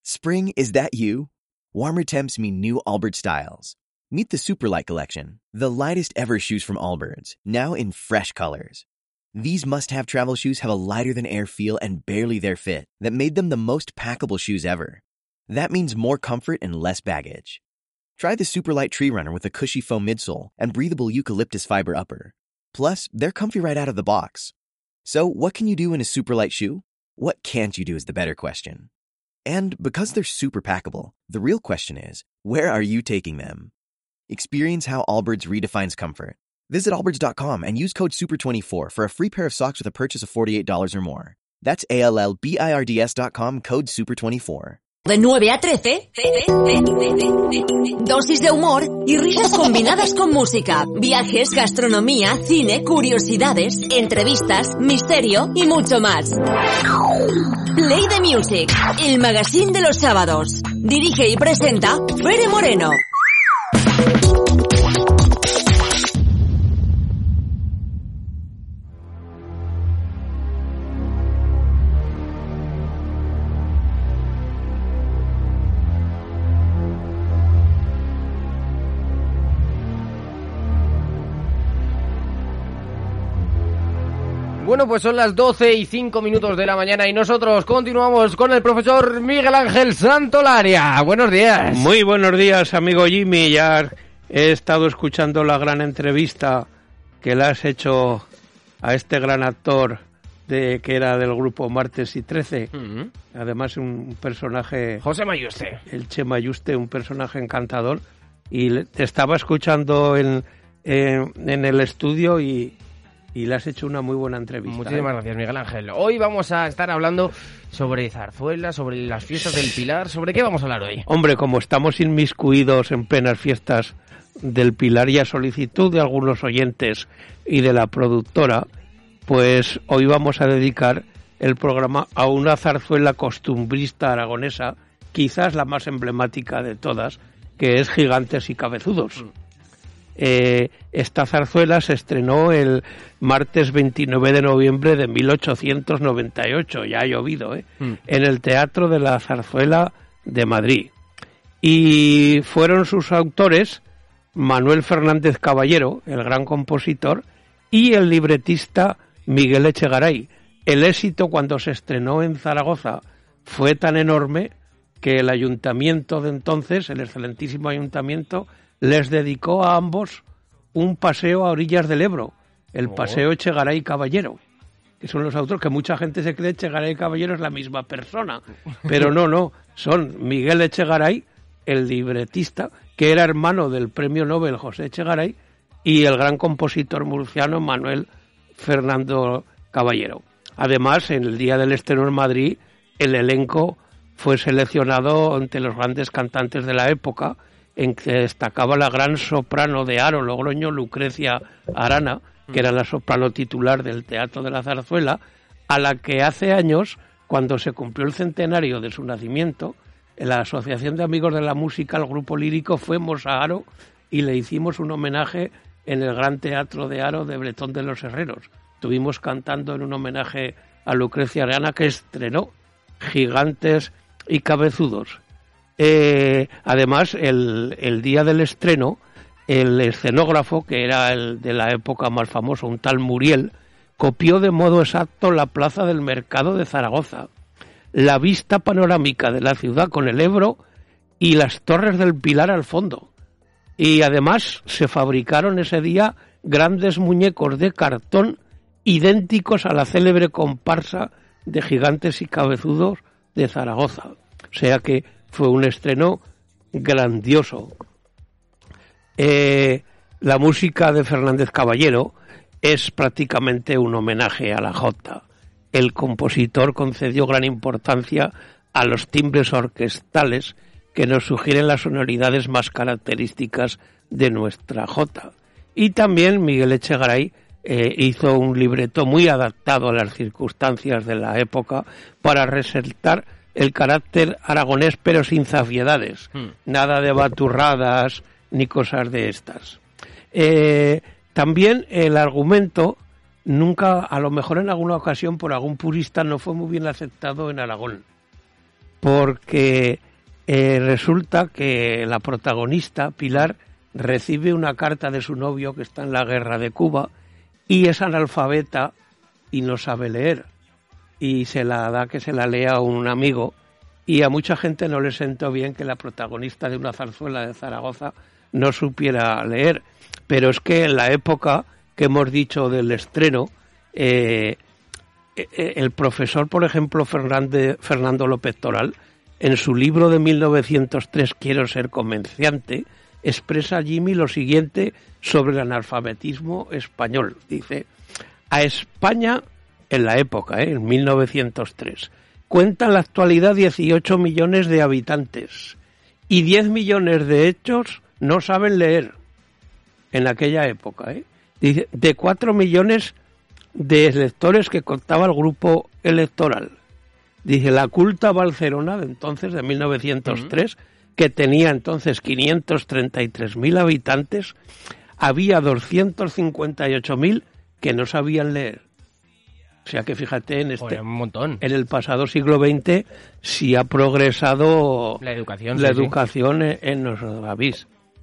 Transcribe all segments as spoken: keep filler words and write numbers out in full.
Spring, is that you? Warmer temps mean new Allbirds styles. Meet the Superlight Collection, the lightest ever shoes from Allbirds, now in fresh colors. These must-have travel shoes have a lighter-than-air feel and barely their fit that made them the most packable shoes ever. That means more comfort and less baggage. Try the Superlight Tree Runner with a cushy foam midsole and breathable eucalyptus fiber upper. Plus, they're comfy right out of the box. So, what can you do in a Superlight shoe? What can't you do is the better question. And because they're super packable, the real question is, where are you taking them? Experience how Allbirds redefines comfort. Visit allbirds dot com and use code super twenty-four for a free pair of socks with a purchase of forty-eight dollars or more. That's A L L B I R D S dot com, code super twenty-four. De nueve a trece, dosis de humor y risas combinadas con música, viajes, gastronomía, cine, curiosidades, entrevistas, misterio y mucho más. Play the Music, el magazine de los sábados. Dirige y presenta Fere Moreno. Bueno, pues son las doce y cinco minutos de la mañana y nosotros continuamos con el profesor Miguel Ángel Santolaria. Buenos días. Muy buenos días, amigo Jimmy. Ya he estado escuchando la gran entrevista que le has hecho a este gran actor de que era del grupo Martes y Trece. Uh-huh. Además, un personaje... José Mayuste. El Che Mayuste, un personaje encantador. Y te estaba escuchando en, en, en el estudio y... Y le has hecho una muy buena entrevista. Muchísimas ¿eh? gracias, Miguel Ángel. Hoy vamos a estar hablando sobre zarzuela, sobre las fiestas del Pilar. ¿Sobre qué vamos a hablar hoy? Hombre, como estamos inmiscuidos en plenas fiestas del Pilar y a solicitud de algunos oyentes y de la productora, pues hoy vamos a dedicar el programa a una zarzuela costumbrista aragonesa, quizás la más emblemática de todas, que es Gigantes y Cabezudos. Mm. Eh, esta zarzuela se estrenó el martes veintinueve de noviembre de mil ochocientos noventa y ocho, ya ha llovido, ¿eh? Mm. en el Teatro de la Zarzuela de Madrid. Y fueron sus autores Manuel Fernández Caballero, el gran compositor, y el libretista Miguel Echegaray. El éxito cuando se estrenó en Zaragoza fue tan enorme que el ayuntamiento de entonces, el excelentísimo ayuntamiento, les dedicó a ambos un paseo a orillas del Ebro, el oh. paseo Echegaray Caballero, que son los autores, que mucha gente se cree Echegaray Caballero es la misma persona, pero no, no, son Miguel Echegaray, el libretista, que era hermano del premio Nobel José Echegaray, y el gran compositor murciano Manuel Fernando Caballero. Además, en el día del estreno en Madrid, el elenco fue seleccionado entre los grandes cantantes de la época, en que destacaba la gran soprano de Haro, Logroño, Lucrecia Arana, que era la soprano titular del Teatro de la Zarzuela, a la que hace años, cuando se cumplió el centenario de su nacimiento, en la Asociación de Amigos de la Música, el grupo lírico, fuimos a Haro y le hicimos un homenaje en el Gran Teatro de Haro de Bretón de los Herreros. Estuvimos cantando en un homenaje a Lucrecia Arana, que estrenó Gigantes y Cabezudos. Eh, además, el, el día del estreno, el escenógrafo, que era el de la época más famoso, un tal Muriel, copió de modo exacto la plaza del Mercado de Zaragoza, la vista panorámica de la ciudad con el Ebro y las torres del Pilar al fondo. Y además se fabricaron ese día grandes muñecos de cartón idénticos a la célebre comparsa de Gigantes y Cabezudos de Zaragoza. O sea que fue un estreno grandioso. Eh, la música de Fernández Caballero es prácticamente un homenaje a la jota. El compositor concedió gran importancia a los timbres orquestales que nos sugieren las sonoridades más características de nuestra jota. Y también Miguel Echegaray eh, hizo un libreto muy adaptado a las circunstancias de la época para resaltar el carácter aragonés, pero sin zafiedades. Hmm. Nada de baturradas ni cosas de estas. Eh, también el argumento nunca, a lo mejor en alguna ocasión por algún purista, no fue muy bien aceptado en Aragón. porque eh, resulta que la protagonista, Pilar, recibe una carta de su novio que está en la guerra de Cuba y es analfabeta y no sabe leer. Y se la da que se la lea a un amigo, y a mucha gente no le sentó bien que la protagonista de una zarzuela de Zaragoza no supiera leer. Pero es que en la época que hemos dicho del estreno, eh, el profesor, por ejemplo, Fernández, Fernando López Toral, en su libro de mil novecientos tres, Quiero ser comerciante, expresa Jimmy lo siguiente sobre el analfabetismo español. Dice: a España, en la época, ¿eh? en mil novecientos tres, cuenta en la actualidad dieciocho millones de habitantes y diez millones de hechos no saben leer. En aquella época, ¿eh? Dice, de cuatro millones de electores que contaba el grupo electoral. Dice, la culta Barcelona de entonces, de mil novecientos tres, uh-huh. que tenía entonces quinientos treinta y tres mil habitantes, había doscientos cincuenta y ocho mil que no sabían leer. O sea que fíjate, en este Joder, un montón. En el pasado siglo veinte sí ha progresado la educación, la sí, educación sí. en, en nuestro país.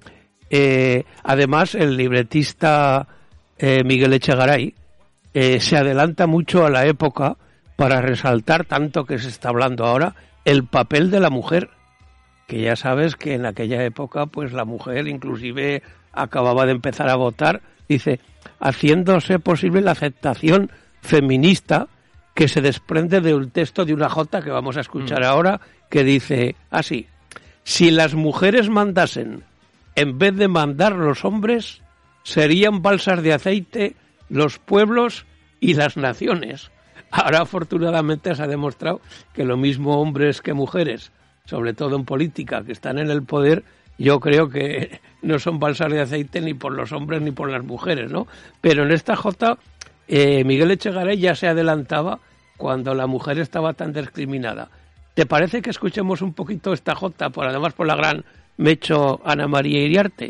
Eh, además, el libretista eh, Miguel Echegaray eh, se adelanta mucho a la época para resaltar, tanto que se está hablando ahora, el papel de la mujer, que ya sabes que en aquella época pues la mujer inclusive acababa de empezar a votar, dice, haciéndose posible la aceptación feminista que se desprende de un texto de una jota que vamos a escuchar mm. ahora, que dice así: si las mujeres mandasen en vez de mandar los hombres, serían balsas de aceite los pueblos y las naciones. Ahora, afortunadamente, se ha demostrado que lo mismo hombres que mujeres, sobre todo en política, que están en el poder, yo creo que no son balsas de aceite ni por los hombres ni por las mujeres, ¿no? Pero en esta jota, eh, Miguel Echegaray ya se adelantaba cuando la mujer estaba tan discriminada. ¿Te parece que escuchemos un poquito esta jota, por además por la gran Mecho Ana María Iriarte?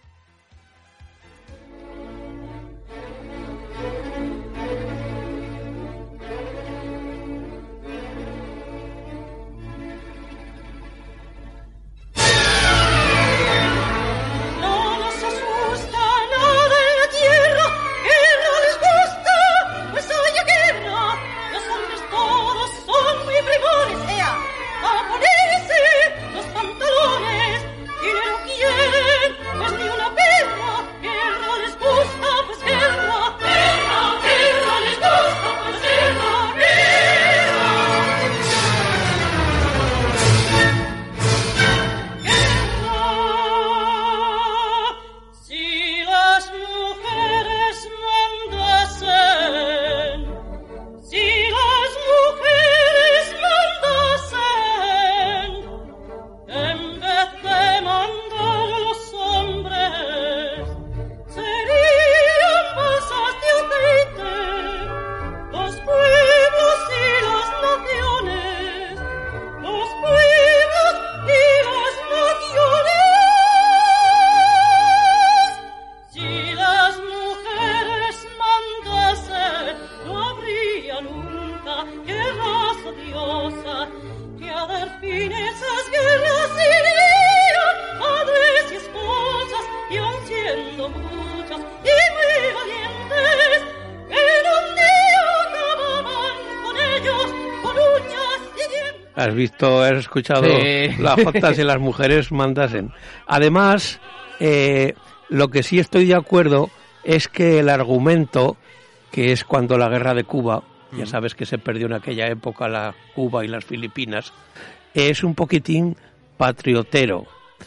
Has visto, has escuchado sí. Las jotas y las mujeres mandasen. Además, eh, lo que sí estoy de acuerdo es que el argumento, que es cuando la guerra de Cuba, mm. ya sabes que se perdió en aquella época la Cuba y las Filipinas, es un poquitín patriotero,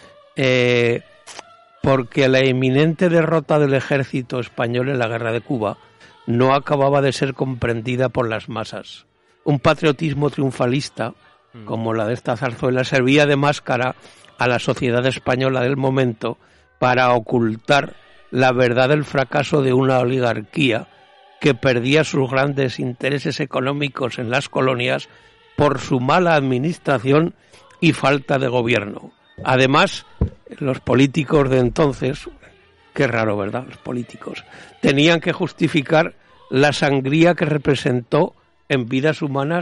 eh, porque la inminente derrota del ejército español en la guerra de Cuba no acababa de ser comprendida por las masas. Un patriotismo triunfalista, como la de esta zarzuela, servía de máscara a la sociedad española del momento para ocultar la verdad del fracaso de una oligarquía que perdía sus grandes intereses económicos en las colonias por su mala administración y falta de gobierno. Además, los políticos de entonces, qué raro, ¿verdad?, los políticos, tenían que justificar la sangría que representó en vidas humanas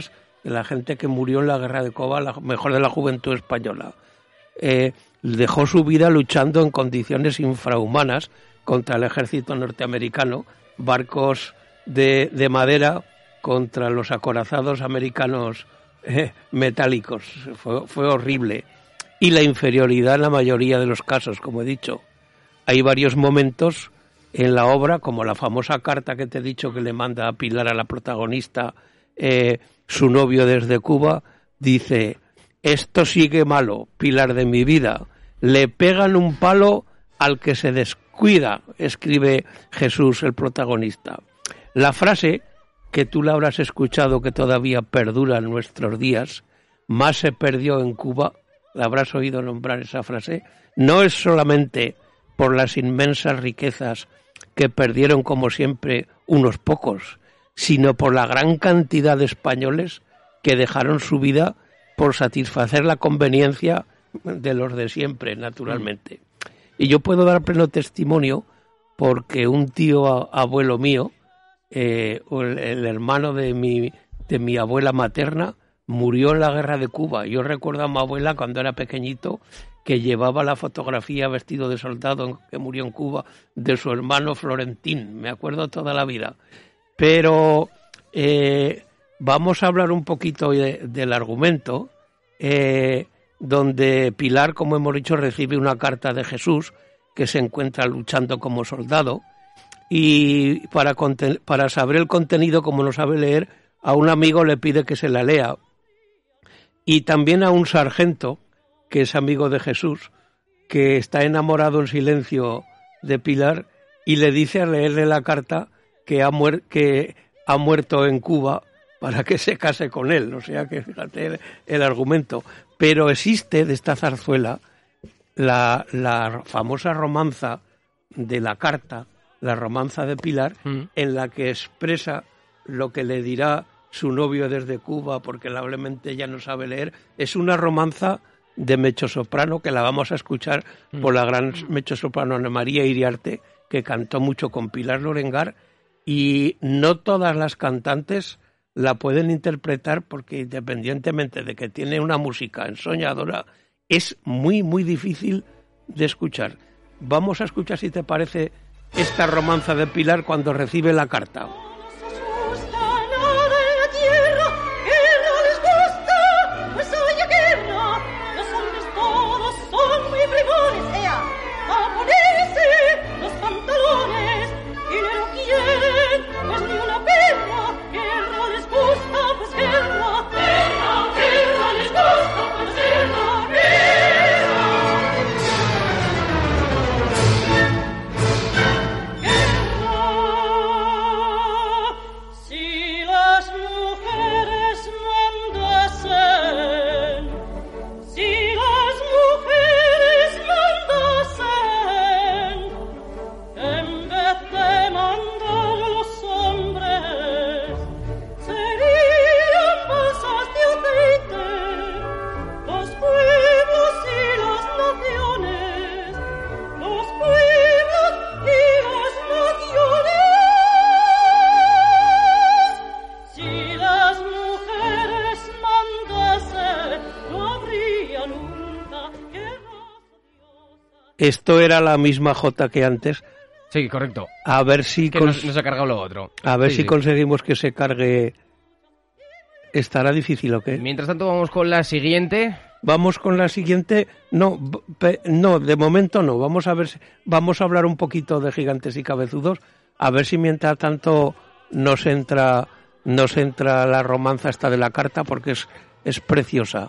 de la gente que murió en la guerra de Cuba, la mejor de la juventud española. Eh, dejó su vida luchando en condiciones infrahumanas contra el ejército norteamericano, barcos de, de madera contra los acorazados americanos eh, metálicos. Fue, fue horrible. Y la inferioridad en la mayoría de los casos, como he dicho. Hay varios momentos en la obra, como la famosa carta que te he dicho que le manda a Pilar, a la protagonista, eh, su novio desde Cuba, dice: esto sigue malo, Pilar de mi vida, le pegan un palo al que se descuida, escribe Jesús, el protagonista. La frase, que tú la habrás escuchado, que todavía perdura en nuestros días, más se perdió en Cuba, la habrás oído nombrar esa frase, no es solamente por las inmensas riquezas que perdieron como siempre unos pocos, sino por la gran cantidad de españoles que dejaron su vida por satisfacer la conveniencia de los de siempre, naturalmente. Y yo puedo dar pleno testimonio porque un tío abuelo mío, eh, el, el hermano de mi, de mi abuela materna, murió en la guerra de Cuba. Yo recuerdo a mi abuela cuando era pequeñito que llevaba la fotografía vestido de soldado que murió en Cuba de su hermano Florentín. Me acuerdo toda la vida. Pero eh, vamos a hablar un poquito de, del argumento, eh, donde Pilar, como hemos dicho, recibe una carta de Jesús que se encuentra luchando como soldado, y para, conten- para saber el contenido, como no sabe leer, a un amigo le pide que se la lea, y también a un sargento que es amigo de Jesús, que está enamorado en silencio de Pilar, y le dice al leerle la carta que ha, muer- que ha muerto en Cuba para que se case con él. O sea que fíjate el, el argumento. Pero existe de esta zarzuela la, la famosa romanza de la carta, la romanza de Pilar, mm. en la que expresa lo que le dirá su novio desde Cuba, porque probablemente ya no sabe leer. Es una romanza de mezzosoprano que la vamos a escuchar mm. por la gran mezzosoprano Ana María Iriarte, que cantó mucho con Pilar Lorengar, y no todas las cantantes la pueden interpretar porque, independientemente de que tiene una música ensoñadora, es muy, muy difícil de escuchar. Vamos a escuchar, si te parece, esta romanza de Pilar cuando recibe la carta. Esto era la misma Jota que antes. Sí, correcto. A ver si... Que cons- no, no se ha cargado lo otro. A ver sí, si sí. conseguimos que se cargue... ¿Estará difícil o qué? Mientras tanto vamos con la siguiente. Vamos con la siguiente. No, pe- no, de momento no. Vamos a ver si... Vamos a hablar un poquito de Gigantes y Cabezudos. A ver si mientras tanto nos entra, nos entra la romanza esta de la carta, porque es, es preciosa.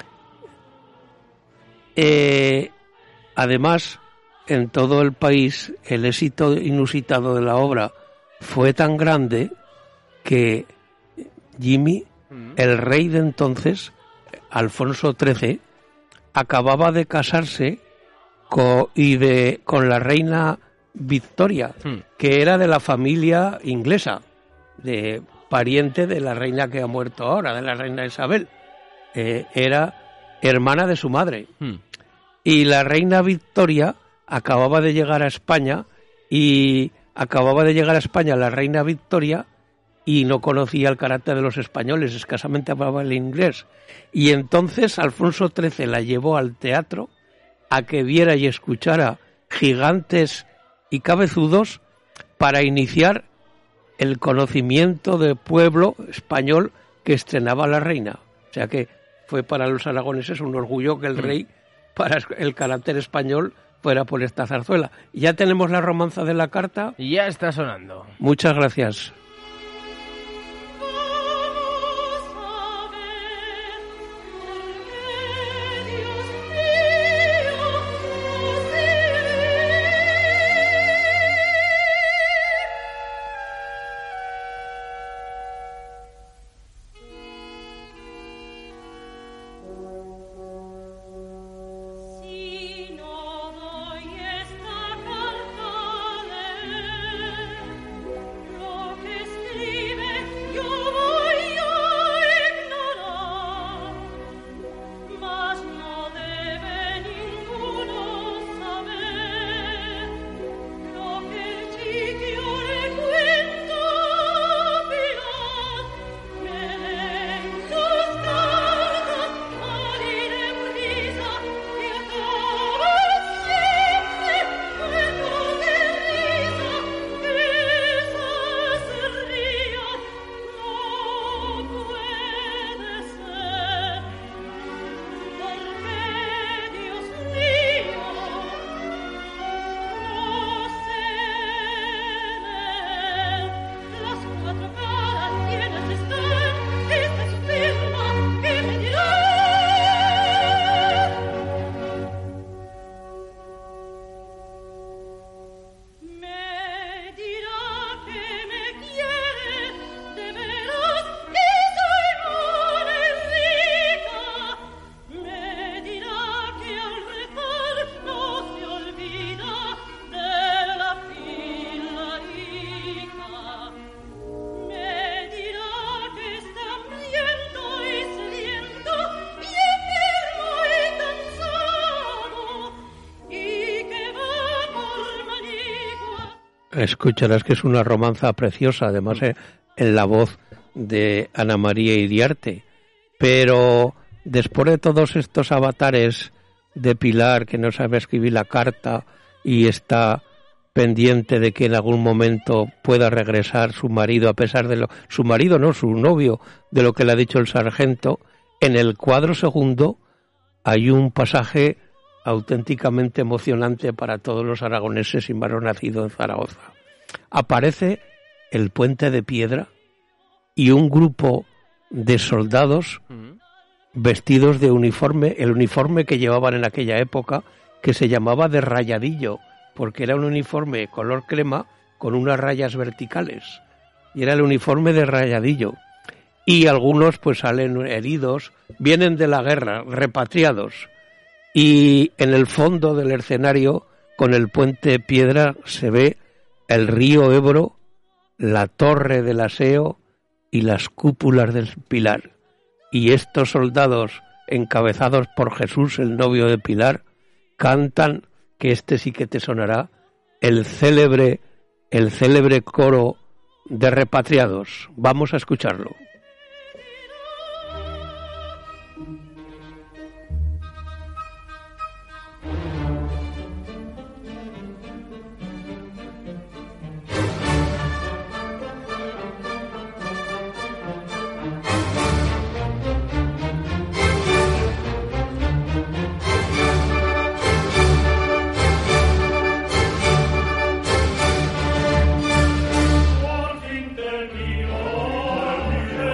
Eh... Además, en todo el país, el éxito inusitado de la obra fue tan grande que Jimmy, el rey de entonces, Alfonso trece, acababa de casarse con, y de, con la reina Victoria, hmm. que era de la familia inglesa, de pariente de la reina que ha muerto ahora, de la reina Isabel. Eh, era hermana de su madre. Hmm. Y la reina Victoria acababa de llegar a España, y acababa de llegar a España la reina Victoria y no conocía el carácter de los españoles, escasamente hablaba el inglés. Y entonces Alfonso trece la llevó al teatro a que viera y escuchara gigantes y cabezudos para iniciar el conocimiento del pueblo español que estrenaba la reina. O sea que fue para los aragoneses un orgullo que el rey, para el carácter español, fuera por esta zarzuela. Ya tenemos la romanza de la carta. Ya está sonando. Muchas gracias. Escucharás que es una romanza preciosa, además eh, en la voz de Ana María Iriarte. Pero después de todos estos avatares de Pilar, que no sabe escribir la carta y está pendiente de que en algún momento pueda regresar su marido, a pesar de lo... Su marido, no, su novio, de lo que le ha dicho el sargento, en el cuadro segundo hay un pasaje auténticamente emocionante para todos los aragoneses y más nacido en Zaragoza. Aparece el puente de piedra y un grupo de soldados vestidos de uniforme, el uniforme que llevaban en aquella época, que se llamaba de rayadillo, porque era un uniforme color crema con unas rayas verticales, y era el uniforme de rayadillo. Y algunos pues salen heridos, vienen de la guerra, repatriados. Y en el fondo del escenario, con el puente de piedra, se ve el río Ebro, la torre del Aseo y las cúpulas del Pilar. Y estos soldados, encabezados por Jesús, el novio de Pilar, cantan, que este sí que te sonará, el célebre, el célebre coro de repatriados. Vamos a escucharlo. Por fin terminó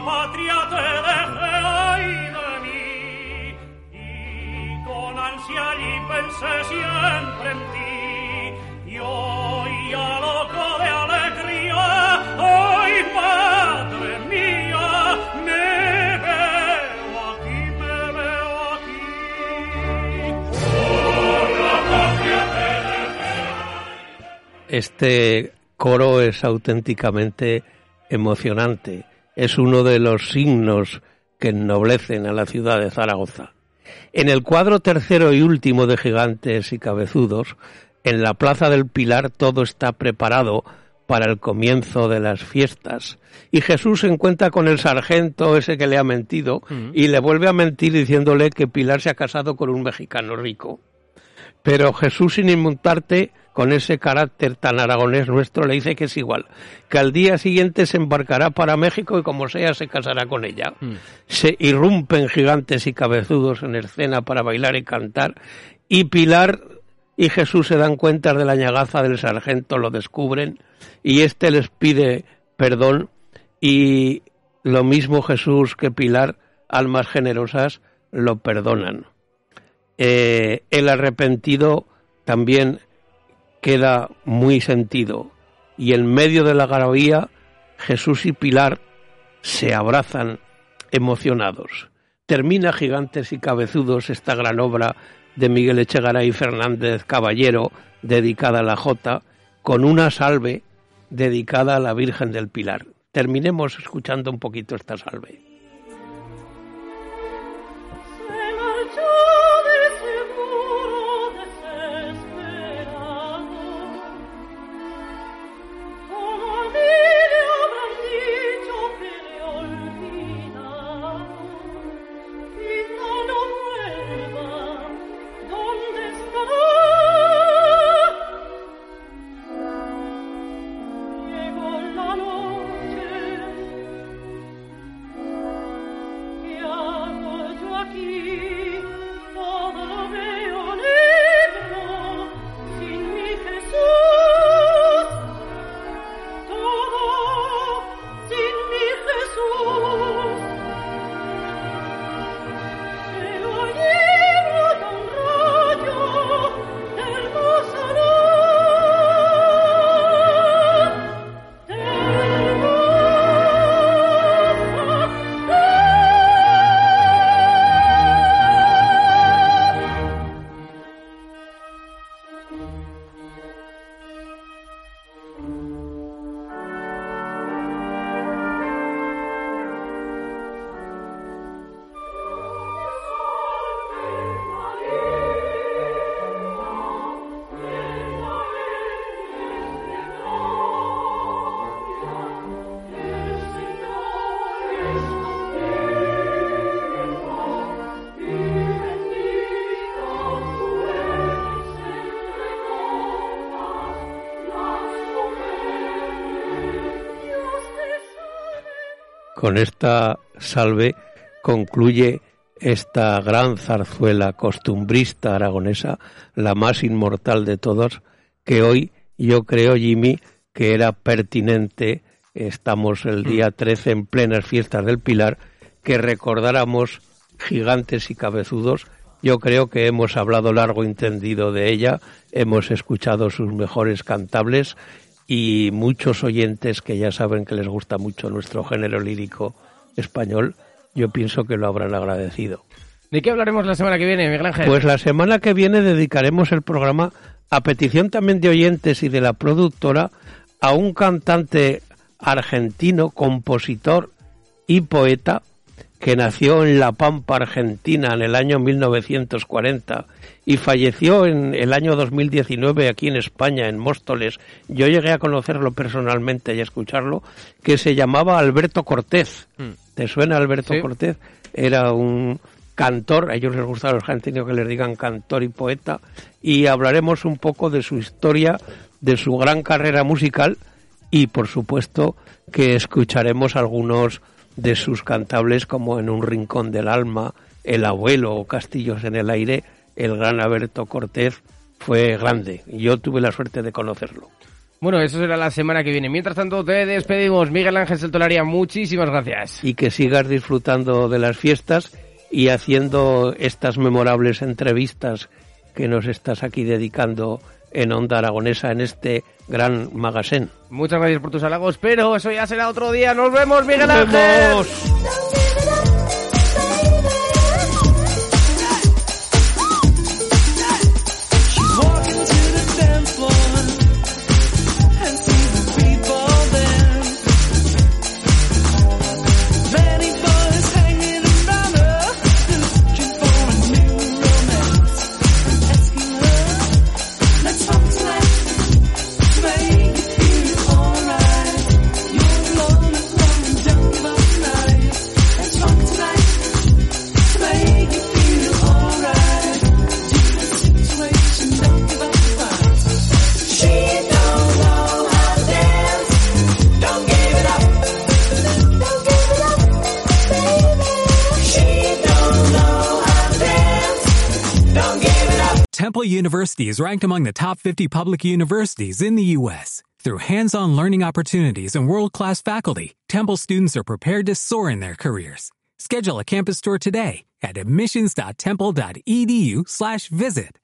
patria te dejé, ay de mí, y con ansia allí pensé siempre en ti, y hoy ya loco de alegría, ay madre mía, me veo aquí, me veo aquí, por la patria te dejé. Este coro es auténticamente emocionante. Es uno de los signos que ennoblecen a la ciudad de Zaragoza. En el cuadro tercero y último de Gigantes y Cabezudos, en la Plaza del Pilar todo está preparado para el comienzo de las fiestas. Y Jesús se encuentra con el sargento ese que le ha mentido uh-huh. y le vuelve a mentir diciéndole que Pilar se ha casado con un mexicano rico. Pero Jesús, sin inmutarte, con ese carácter tan aragonés nuestro, le dice que es igual, que al día siguiente se embarcará para México y como sea se casará con ella. Mm. Se irrumpen Gigantes y Cabezudos en escena para bailar y cantar, y Pilar y Jesús se dan cuenta de la ñagaza del sargento, lo descubren, y éste les pide perdón, y lo mismo Jesús que Pilar, almas generosas, lo perdonan. Eh, el arrepentido también queda muy sentido, y en medio de la algarabía Jesús y Pilar se abrazan emocionados. Termina Gigantes y Cabezudos, esta gran obra de Miguel Echegaray Fernández Caballero, dedicada a la Jota, con una salve dedicada a la Virgen del Pilar. Terminemos escuchando un poquito esta salve. Con esta salve concluye esta gran zarzuela costumbrista aragonesa, la más inmortal de todos, que hoy yo creo, Jimmy, que era pertinente, estamos el día trece en plenas fiestas del Pilar, que recordáramos Gigantes y Cabezudos. Yo creo que hemos hablado largo y tendido de ella, hemos escuchado sus mejores cantables, y muchos oyentes que ya saben que les gusta mucho nuestro género lírico español, yo pienso que lo habrán agradecido. ¿De qué hablaremos la semana que viene, Miguel Ángel? Pues la semana que viene dedicaremos el programa, a petición también de oyentes y de la productora, a un cantante argentino, compositor y poeta, que nació en La Pampa, Argentina, en el año mil novecientos cuarenta y falleció en el año dos mil diecinueve aquí en España, en Móstoles. Yo llegué a conocerlo personalmente y a escucharlo, que se llamaba Alberto Cortés. Mm. ¿Te suena Alberto sí. Cortés? Era un cantor, a ellos les gusta a los argentinos que les digan cantor y poeta, y hablaremos un poco de su historia, de su gran carrera musical, y por supuesto que escucharemos algunos de sus cantables como En un rincón del alma, El abuelo o Castillos en el aire. El gran Alberto Cortés fue grande y yo tuve la suerte de conocerlo. Bueno, eso será la semana que viene. Mientras tanto, te despedimos. Miguel Ángel Santolaria, muchísimas gracias. Y que sigas disfrutando de las fiestas y haciendo estas memorables entrevistas que nos estás aquí dedicando en Onda Aragonesa, en este gran magazine. Muchas gracias por tus halagos, pero eso ya será otro día. ¡Nos vemos, Miguel ¡Nos Ángel! vemos! Temple University is ranked among the top fifty public universities in the U S Through hands-on learning opportunities and world-class faculty, Temple students are prepared to soar in their careers. Schedule a campus tour today at admissions dot temple dot e d u slash visit.